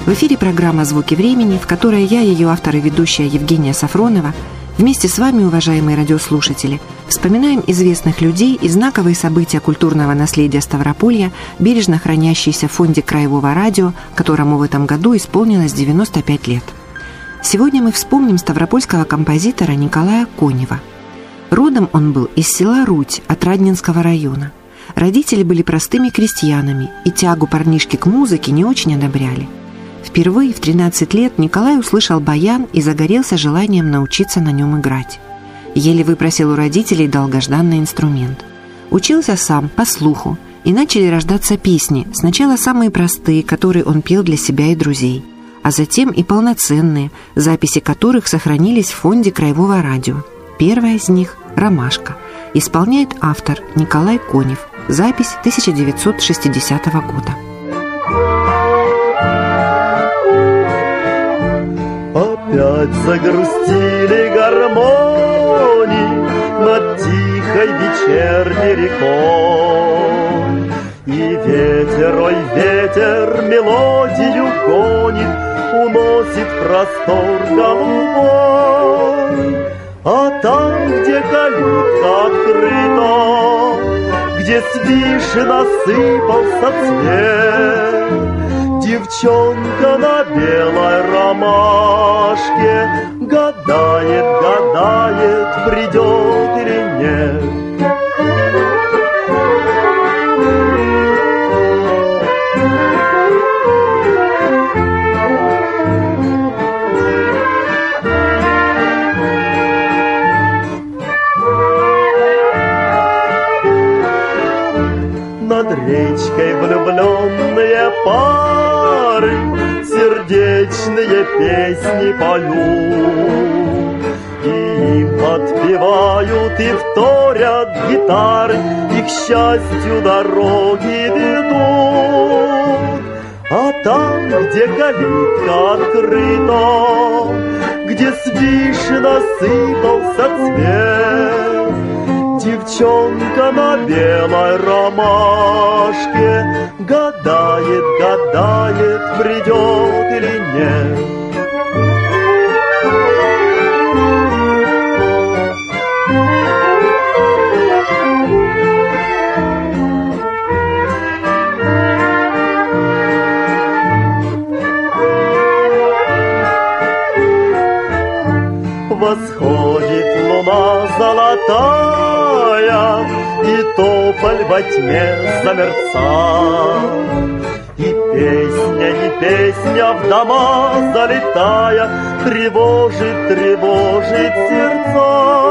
В эфире программа «Звуки времени», в которой я, ее автор и ведущая Евгения Сафронова, вместе с вами, уважаемые радиослушатели, вспоминаем известных людей и знаковые события культурного наследия Ставрополья, бережно хранящиеся в фонде Краевого радио, которому в этом году исполнилось 95 лет. Сегодня мы вспомним ставропольского композитора Николая Конева. Родом он был из села Руть Отрадненского района. Родители были простыми крестьянами и тягу парнишки к музыке не очень одобряли. Впервые в 13 лет Николай услышал баян и загорелся желанием научиться на нем играть. Еле выпросил у родителей долгожданный инструмент. Учился сам, по слуху, и начали рождаться песни, сначала самые простые, которые он пел для себя и друзей, а затем и полноценные, записи которых сохранились в фонде Краевого радио. Первая из них «Ромашка». Исполняет автор Николай Конев. Запись 1960 года. Опять загрустили гармонии над тихой вечерней рекой. И ветер, ой, ветер, мелодию гонит, уносит в простор голубой. А там, где калитка открыта, где с вишен осыпался цвет, девчонка на белой ромашке гадает, гадает, придет или нет. Над речкой влюбленные пары сердечные песни поют, и им подпевают и вторят гитары, и к счастью дороги ведут. А там, где калитка открыта, где с вишен осыпался цвет, девчонка на белой ромашке гадает, гадает, придет или нет. Восходит луна золотая, и тополь во тьме замерцал. И песня, не песня, в дома залетая, тревожит, тревожит сердца.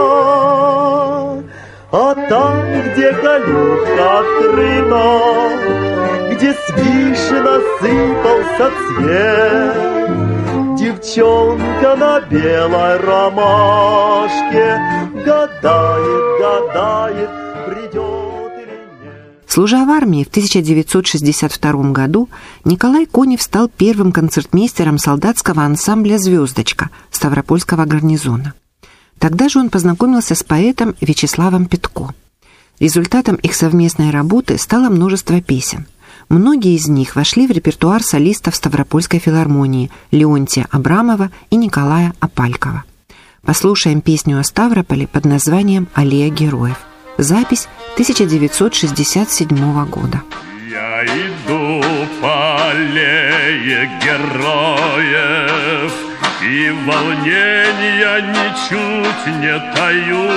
А там, где калитка открыта, где с вишен осыпался цвет, девчонка на белой ромашке гадает, гадает, придет или нет. Служа в армии в 1962 году, Николай Конев стал первым концертмейстером солдатского ансамбля «Звездочка» Ставропольского гарнизона. Тогда же он познакомился с поэтом Вячеславом Петко. Результатом их совместной работы стало множество песен. Многие из них вошли в репертуар солистов Ставропольской филармонии Леонтия Абрамова и Николая Апалькова. Послушаем песню о Ставрополе под названием «Аллея героев». Запись 1967 года. Я иду по аллее героев, и волнения ничуть не таю.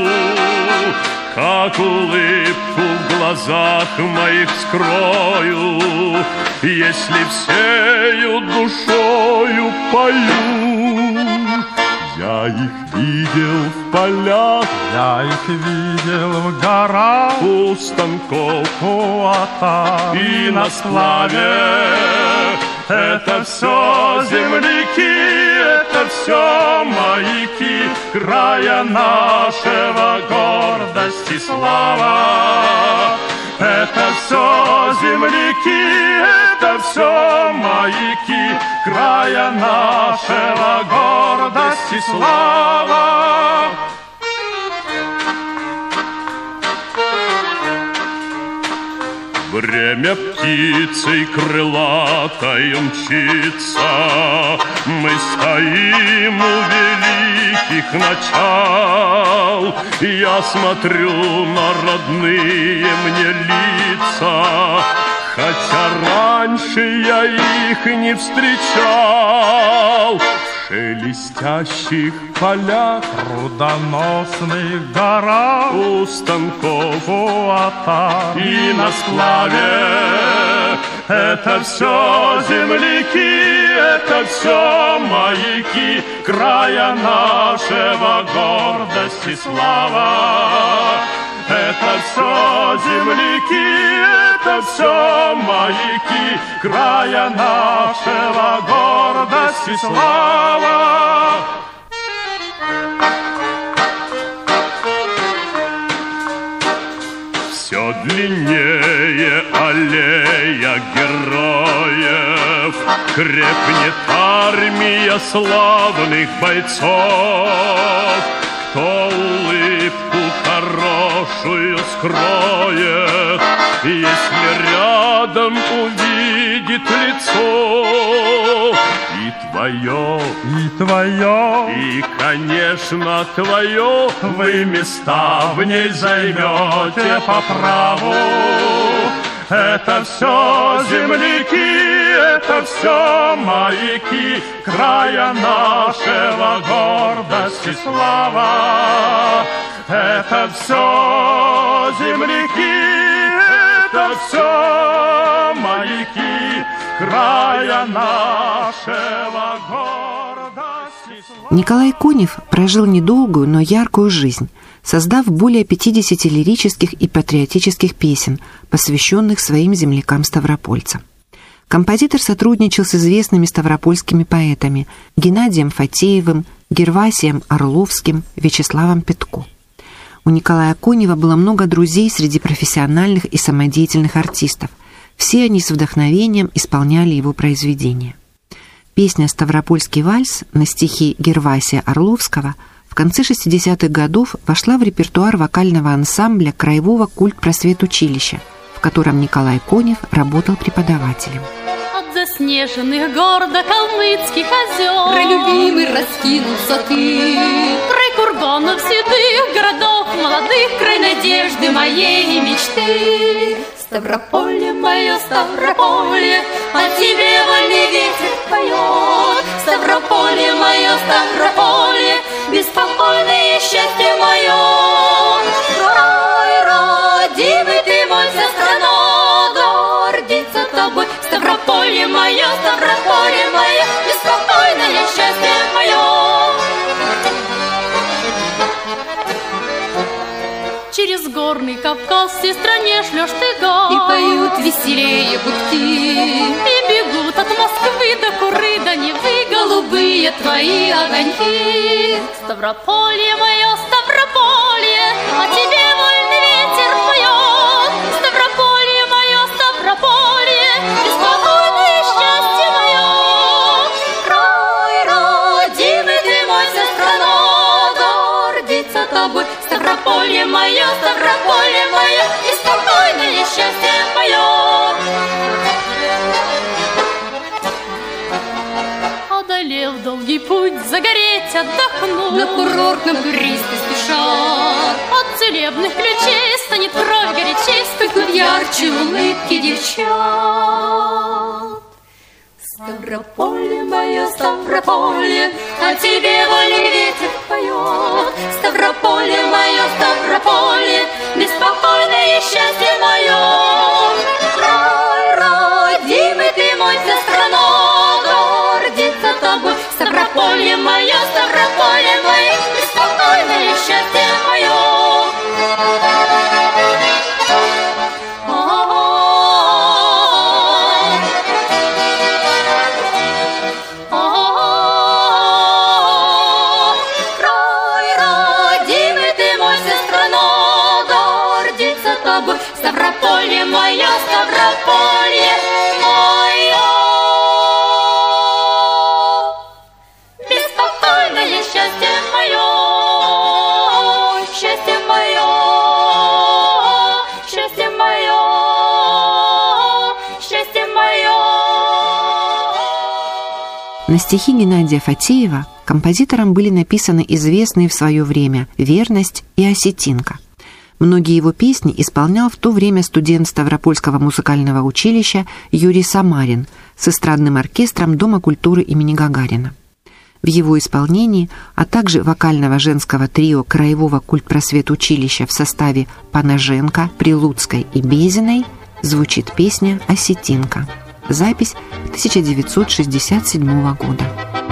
Как улыбку в глазах моих скрою, если всею душою пою. Я их видел в полях, я их видел в горах, у станков, у атак и на сплаве. Это все земляки, это все маяки края нашего, гордость и слава. Это все земляки, это все маяки края нашего, гордость и слава. Время птицей крылатой мчится, мы стоим у великих начал. Я смотрю на родные мне лица, хотя раньше я их не встречал. В шелестящих полях, трудоносных горах, у станков, у атак и на сплаве. Это все земляки, это все маяки края нашего, гордость и слава. Это все земляки, это все маяки края нашего, гордость и слава. Все длиннее аллея героев, крепнет армия славных бойцов. Кто улыбку хорошую скроет, если рядом увидит лицо? И твое, и, конечно, твое, вы места в ней займете по праву. Это все земляки, это все маяки края нашего, гордость и слава. Это все земляки, это все маяки края нашего, гордость и слава. Николай Конев прожил недолгую, но яркую жизнь, создав более 50 лирических и патриотических песен, посвященных своим землякам-ставропольцам. Композитор сотрудничал с известными ставропольскими поэтами Геннадием Фатеевым, Гервасием Орловским, Вячеславом Петко. У Николая Конева было много друзей среди профессиональных и самодеятельных артистов. Все они с вдохновением исполняли его произведения. Песня «Ставропольский вальс» на стихи Гервасия Орловского в конце 60-х годов вошла в репертуар вокального ансамбля Краевого культпросветучилища, в котором Николай Конев работал преподавателем. От заснеженных гор до калмыцких озер, край любимый раскинулся ты, край курганов седых, городов молодых, край надежды моей и мечты. Ставрополье мое, Ставрополье, о тебе вольный ветер поет. Ставрополье мое, Ставрополье, беспокойное счастье мое. Край родимый ты мой, вся страна гордится тобой. Ставрополье мое, Ставрополье мое, беспокойное счастье мое. Через горный Кавказ всей стране шлешь ты газ, и поют веселее гудки, и бегут от Москвы до Куры, до Невы голубые твои огоньки. Ставрополье мое, Ставрополье, о тебе вольный ветер поет. Ставрополье мое, Ставрополье, беспокойное счастье мое. Край родимый ты мой, вся страна гордится тобой. Ставрополье мое, Ставрополье мое, и спокойное счастье мое. Одолев долгий путь, загореть, отдохнуть, на курортном туристы спешат. От целебных ключей станет кровь горячей, вспыхнут ярче улыбки девчат. Ставрополье мое, Ставрополье, о тебе вольный ветер поет. Ставрополье мое, Ставрополье, беспокойное счастье мое. Край родимый ты мой, вся страна гордится тобой. Ставрополье мое, Ставрополье мое, беспокойное счастье мое. Ставрополье мое, Ставрополье мое, беспокойное счастье мое, счастье мое, счастье мое. На стихи Геннадия Фатеева композитором были написаны известные в свое время «Верность» и «Осетинка». Многие его песни исполнял в то время студент Ставропольского музыкального училища Юрий Самарин с эстрадным оркестром Дома культуры имени Гагарина. В его исполнении, а также вокального женского трио Краевого культпросветучилища в составе Панаженко, Прилуцкой и Безиной звучит песня «Осетинка». Запись 1967 года.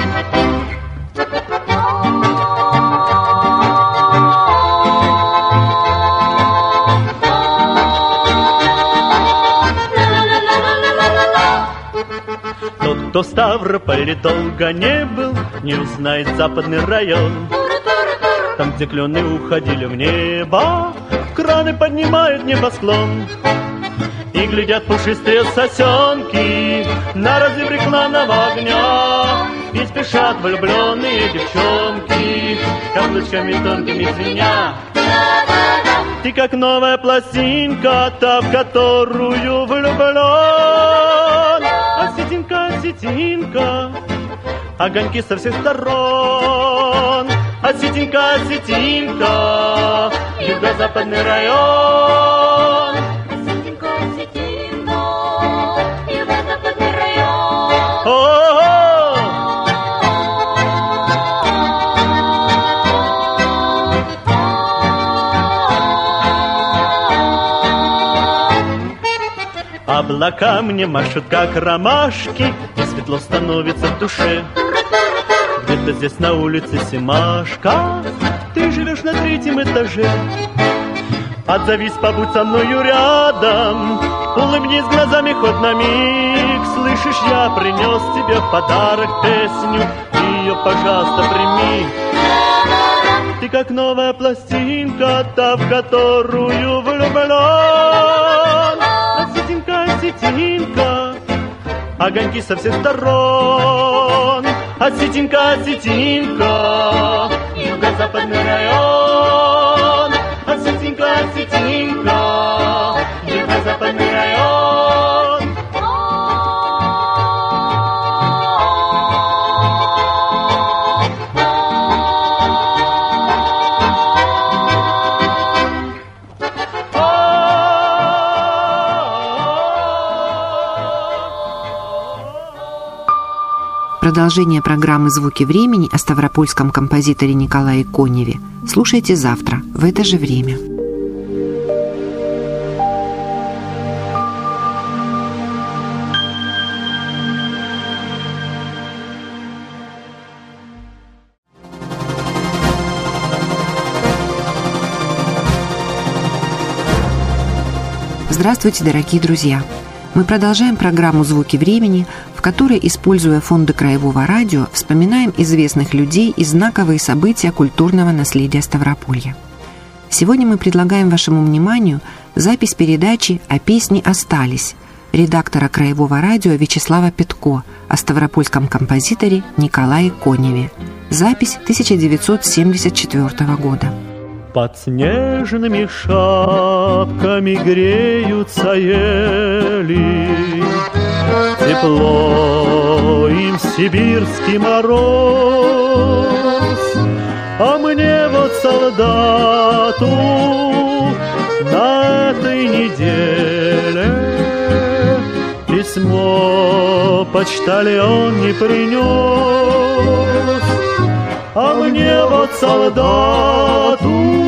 Тот, кто в Ставрополе долго не был, не узнает западный район. Там, где клены уходили в небо, краны поднимают небосклон. И глядят пушистые сосенки на разрыв рекламного огня. И спешат влюбленные девчонки каблучками тонкими звеня. Ты как новая пластинка, та, в которую влюблен. Осетинка, осетинка, огоньки со всех сторон. Осетинка, осетинка, юго-западный район. Осетинка, осетинка, юго-западный район. Облака мне машут, как ромашки, и светло становится в душе. Где-то здесь на улице Семашка, ты живешь на 3-м этаже. Отзовись, побудь со мною рядом, улыбнись глазами хоть на миг. Слышишь, я принес тебе в подарок песню, ты ее, пожалуйста, прими. Ты как новая пластинка, та, в которую влюблен. Осетинка, осетинка, огоньки со всех сторон. Осетинка, осетинка, юго-западный район. Осетинка, осетинка, юго-западный район. Продолжение программы «Звуки времени» о ставропольском композиторе Николае Коневе слушайте завтра в это же время. Здравствуйте, дорогие друзья! Мы продолжаем программу «Звуки времени», в которой, используя фонды Краевого радио, вспоминаем известных людей и знаковые события культурного наследия Ставрополья. Сегодня мы предлагаем вашему вниманию запись передачи «О песни остались» редактора Краевого радио Вячеслава Петко о ставропольском композиторе Николае Коневе. Запись 1974 года. Под снежными шапками греются ели, тепло им сибирский мороз. А мне вот солдату на этой неделе письмо почтальон не принес. А мне вот солдату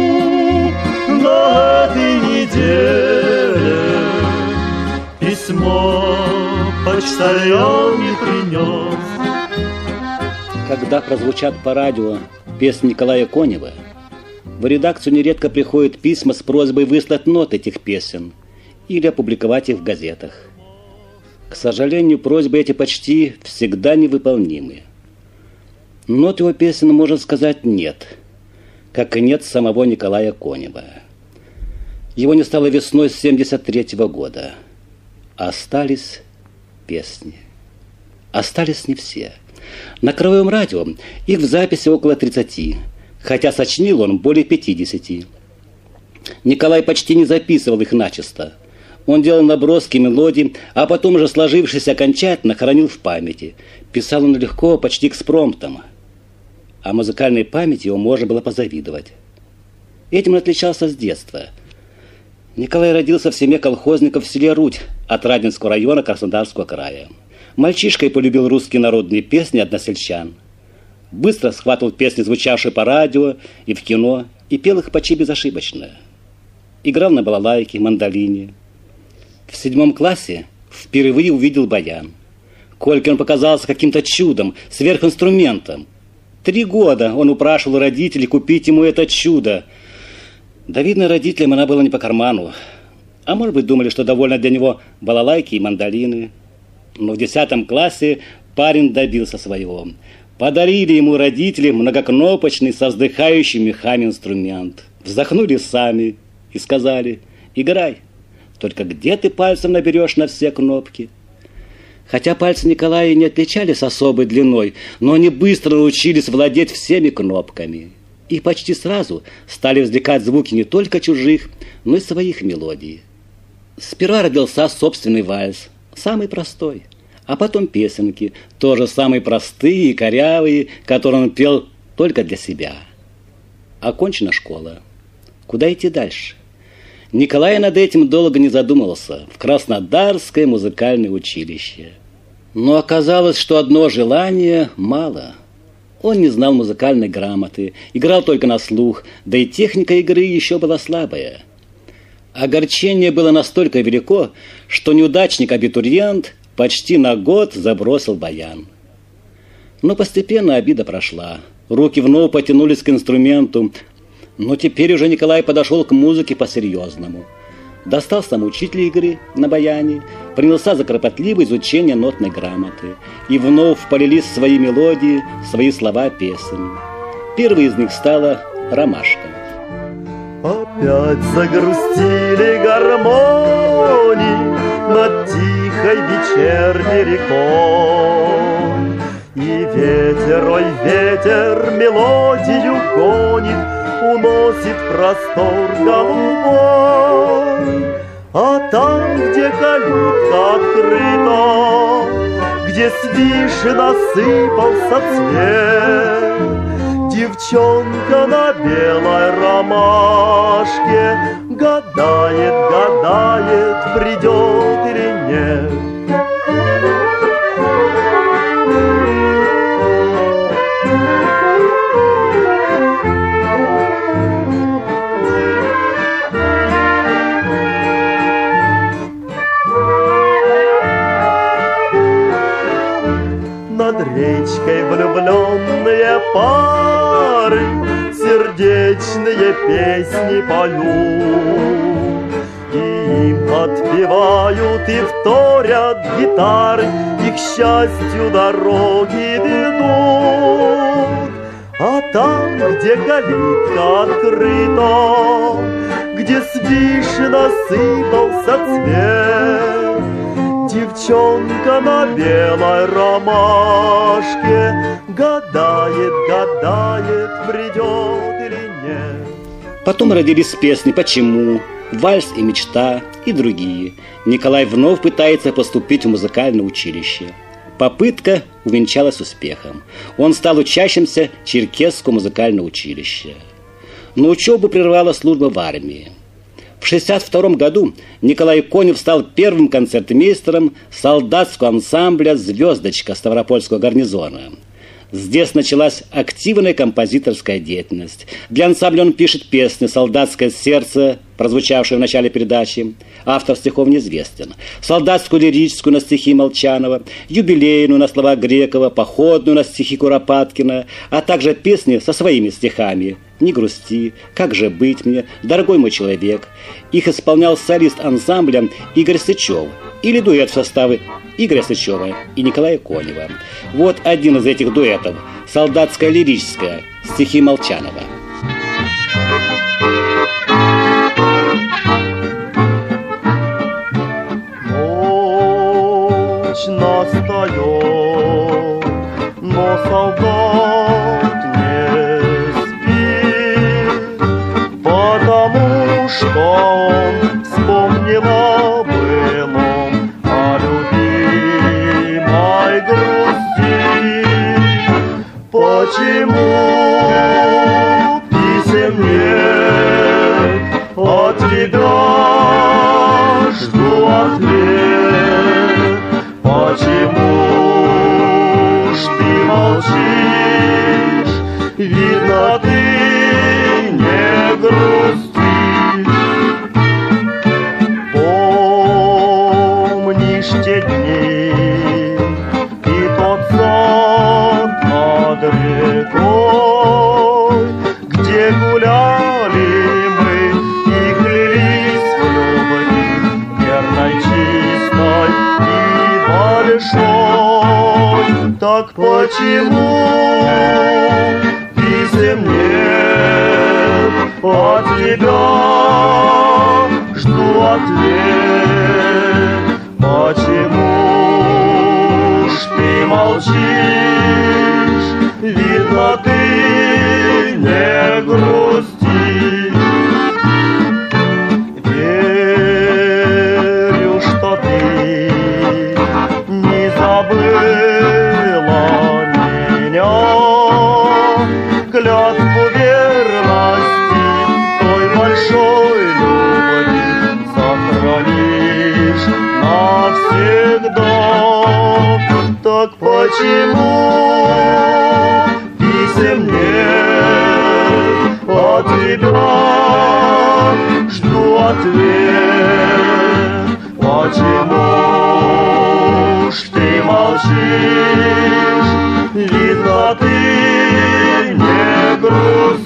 на этой неделе письмо почтальон не принес. Когда прозвучат по радио песни Николая Конева, в редакцию нередко приходят письма с просьбой выслать ноты этих песен или опубликовать их в газетах. К сожалению, просьбы эти почти всегда невыполнимы. Нот его песен, можно сказать, нет, как и нет самого Николая Конева. Его не стало весной 1973 года. Остались песни. Остались не все. На Краевом радио их в записи около 30, хотя сочинил он более 50. Николай почти не записывал их начисто. Он делал наброски мелодий, а потом уже сложившись окончательно, хранил в памяти. Писал он легко, почти экспромтом. А музыкальной памяти его можно было позавидовать. Этим он отличался с детства. Николай родился в семье колхозников в селе Рудь Отрадненского района Краснодарского края. Мальчишкой полюбил русские народные песни односельчан. Быстро схватывал песни, звучавшие по радио и в кино, и пел их почти безошибочно. Играл на балалайке, мандолине. В 7 классе впервые увидел баян. Кольке он показался каким-то чудом, сверхинструментом. 3 года он упрашивал родителей купить ему это чудо. Да, видно, родителям она была не по карману. А может быть, думали, что довольно для него балалайки и мандолины. Но в 10 классе парень добился своего. Подарили ему родители многокнопочный со вздыхающим мехами инструмент. Вздохнули сами и сказали: «Играй, только где ты пальцем наберешь на все кнопки?» Хотя пальцы Николая не отличались особой длиной, но они быстро научились владеть всеми кнопками. И почти сразу стали возникать звуки не только чужих, но и своих мелодий. Сперва родился собственный вальс, самый простой, а потом песенки, тоже самые простые и корявые, которые он пел только для себя. Окончена школа. Куда идти дальше? Николай над этим долго не задумывался. В Краснодарское музыкальное училище. Но оказалось, что одно желание мало. Он не знал музыкальной грамоты, играл только на слух, да и техника игры еще была слабая. Огорчение было настолько велико, что неудачник-абитуриент почти на год забросил баян. Но постепенно обида прошла. Руки вновь потянулись к инструменту, но теперь уже Николай подошел к музыке по-серьезному. Достал сам учителя игры на баяне, принялся за кропотливое изучение нотной грамоты, и вновь полились свои мелодии, свои слова песен. Первой из них стала «Ромашка». Опять загрустили гармонии над тихой вечерней рекой, и ветер, ой, ветер, мелодию гонит, уносит в простор голубой. А там, где калитка открыта, где с вишен осыпался цвет, девчонка на белой ромашке гадает, гадает, придет или нет. Над речкой влюбленные пары сердечные песни поют, и им подпевают и вторят гитары, и к счастью дороги ведут. А там, где калитка открыта, где с вишен осыпался цвет, девчонка на белой ромашке гадает, гадает, придет или нет. Потом родились песни «Почему?», «Вальс и мечта» и другие. Николай вновь пытается поступить в музыкальное училище. Попытка увенчалась успехом. Он стал учащимся Черкесского музыкального училища. Но учебу прервала служба в армии. В 1962 году Николай Конев стал первым концертмейстером солдатского ансамбля «Звездочка» Ставропольского гарнизона. Здесь началась активная композиторская деятельность. Для ансамбля он пишет песни «Солдатское сердце», прозвучавшие в начале передачи, автор стихов неизвестен, солдатскую лирическую на стихи Молчанова, юбилейную на слова Грекова, походную на стихи Куропаткина, а также песни со своими стихами «Не грусти», «Как же быть мне», «Дорогой мой человек». Их исполнял солист ансамбля Игорь Сычев или дуэт в составе Игоря Сычева и Николая Конева. Вот один из этих дуэтов – солдатская лирическая, стихи Молчанова. Ночь настает, но солдат не спит, потому что он вспомнил об писем нет от тебя, жду ответ. Почему ж ты молчишь? Видно, ты не грустишь. Помнишь те дни и тот сад над рекой, где гуляли мы и клялись в любви верной, чистой и большой. Так почему писем нет от тебя? Жду ответ. Почему ж ты молчишь? Видно, ты не грустишь. Верю, что ты не забыла меня, клятву верности той большой любви сохранишь навсегда. Так почему писем нет от тебя? Жду ответ. Почему ж ты молчишь? Видно, ты не грустишь.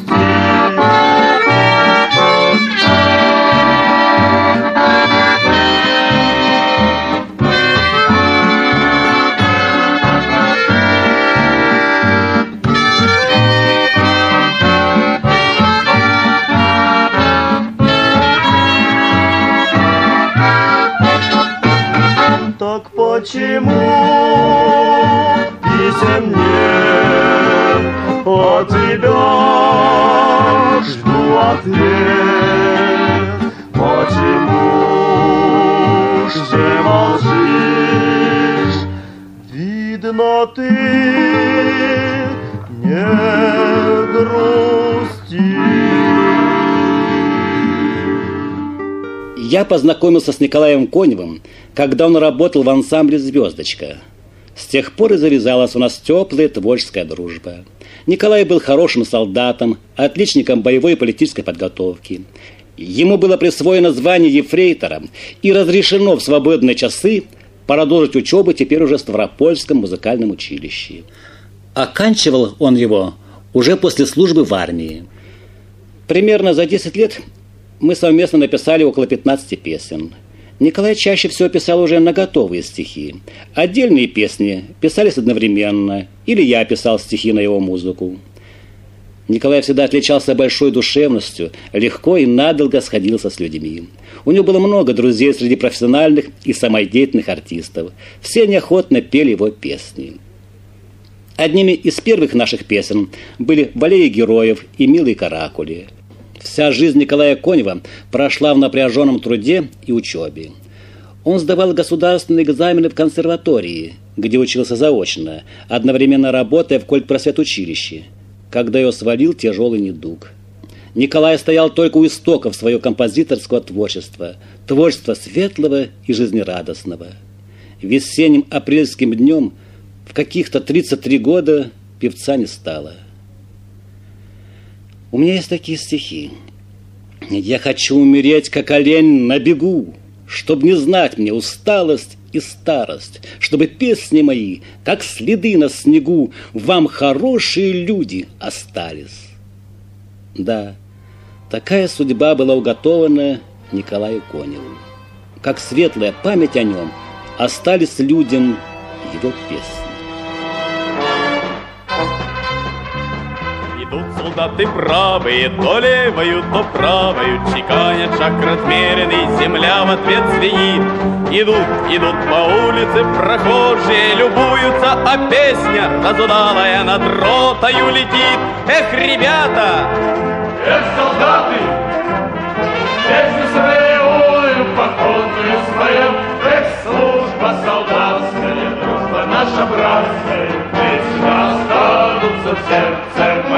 Так почему писем нет от тебя? Жду ответ. Почему же молчишь? Видно, ты не грустишь. Я познакомился с Николаем Коневым, когда он работал в ансамбле «Звездочка». С тех пор и завязалась у нас теплая творческая дружба. Николай был хорошим солдатом, отличником боевой и политической подготовки. Ему было присвоено звание ефрейтора и разрешено в свободные часы продолжить учебу теперь уже в Ставропольском музыкальном училище. Оканчивал он его уже после службы в армии. Примерно за 10 лет мы совместно написали около 15 песен. Николай чаще всего писал уже на готовые стихи. Отдельные песни писались одновременно, или я писал стихи на его музыку. Николай всегда отличался большой душевностью, легко и надолго сходился с людьми. У него было много друзей среди профессиональных и самодеятельных артистов. Все они охотно пели его песни. Одними из первых наших песен были «В аллее героев» и «Милые каракули». Вся жизнь Николая Конева прошла в напряженном труде и учебе. Он сдавал государственные экзамены в консерватории, где учился заочно, одновременно работая в культпросветучилище, когда его свалил тяжелый недуг. Николай стоял только у истоков своего композиторского творчества, творчества светлого и жизнерадостного. Весенним апрельским днем в каких-то 33 года певца не стало. У меня есть такие стихи. «Я хочу умереть, как олень на бегу, чтоб не знать мне усталость и старость, чтобы песни мои, как следы на снегу, вам хорошие люди остались». Да, такая судьба была уготована Николаю Коневу. Как светлая память о нем остались людям его песни. Идут солдаты правые, то левою, то правою, чеканя шаг размеренный, земля в ответ звенит. Идут по улице прохожие, любуются, а песня разудалая над ротою летит. Эх, ребята! Эх, солдаты! Песню свою, походную свою, эх, служба солдатская, дружба наша братская, вечно останутся в сердце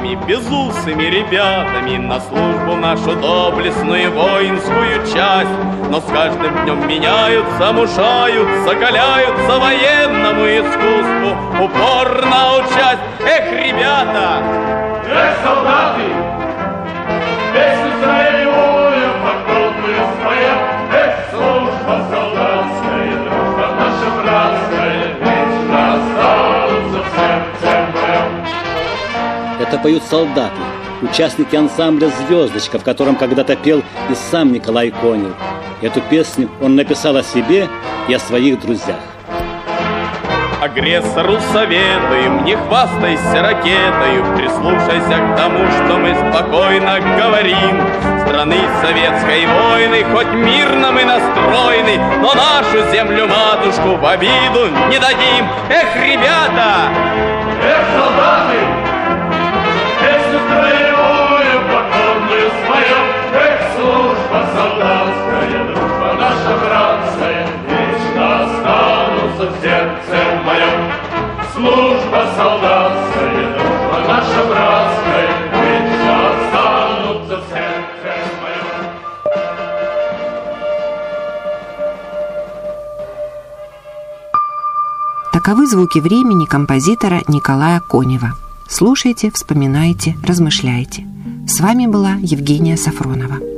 ребятами, безусыми ребятами на службу нашу доблестную воинскую часть. Но с каждым днем меняются, мужают, закаляются военному искусству, упорно учась. Эх, ребята! Эх, солдаты! Песню строевую походную споем. Эх, служба солдатская, дружба наша братская, вечно останутся в сердце моем. Это поют солдаты, участники ансамбля «Звездочка», в котором когда-то пел и сам Николай Конев. Эту песню он написал о себе и о своих друзьях. Агрессору советуем, не хвастайся ракетою, прислушайся к тому, что мы спокойно говорим. Страны советской войны, хоть мирно мы настроены, но нашу землю-матушку в обиду не дадим. Эх, ребята! Эх, солдаты! Песню строевую походную споем. Эх, служба солдатская, дружба наша братская, вечно останутся в сердце моем. Служба солдатская, дружба наша братская, вечно останутся в сердце моем. Таковы звуки времени композитора Николая Конева. Слушайте, вспоминайте, размышляйте. С вами была Евгения Сафронова.